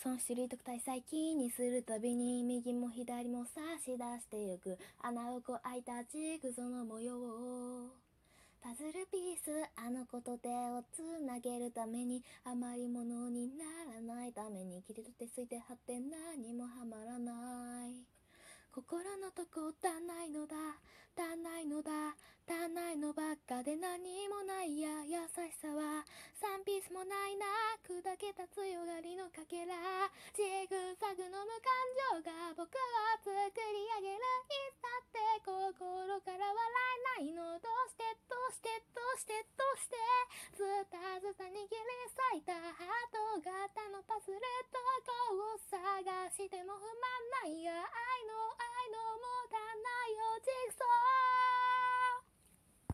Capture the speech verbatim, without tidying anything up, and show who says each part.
Speaker 1: そのシリ特待最近にするたびに右も左も差し出してゆく穴をこ開いたジグゾの模様、パズルピースあの子と手をつなげるためにあまりものにならないために切り取ってすいて貼って何もはまらない、心のとこ足んないのだ足んないのだ足んないのばっかで何もないや優しさはサンピースもないな砕けた強がりのかけらジグザグの無感情が僕を作り上げるいつだって心から笑えないのどうしてどうしてどうしてどうしてズタズタ握り裂いたハート型のパズルどこを探しても不満ないや愛の愛のもたないよジグソー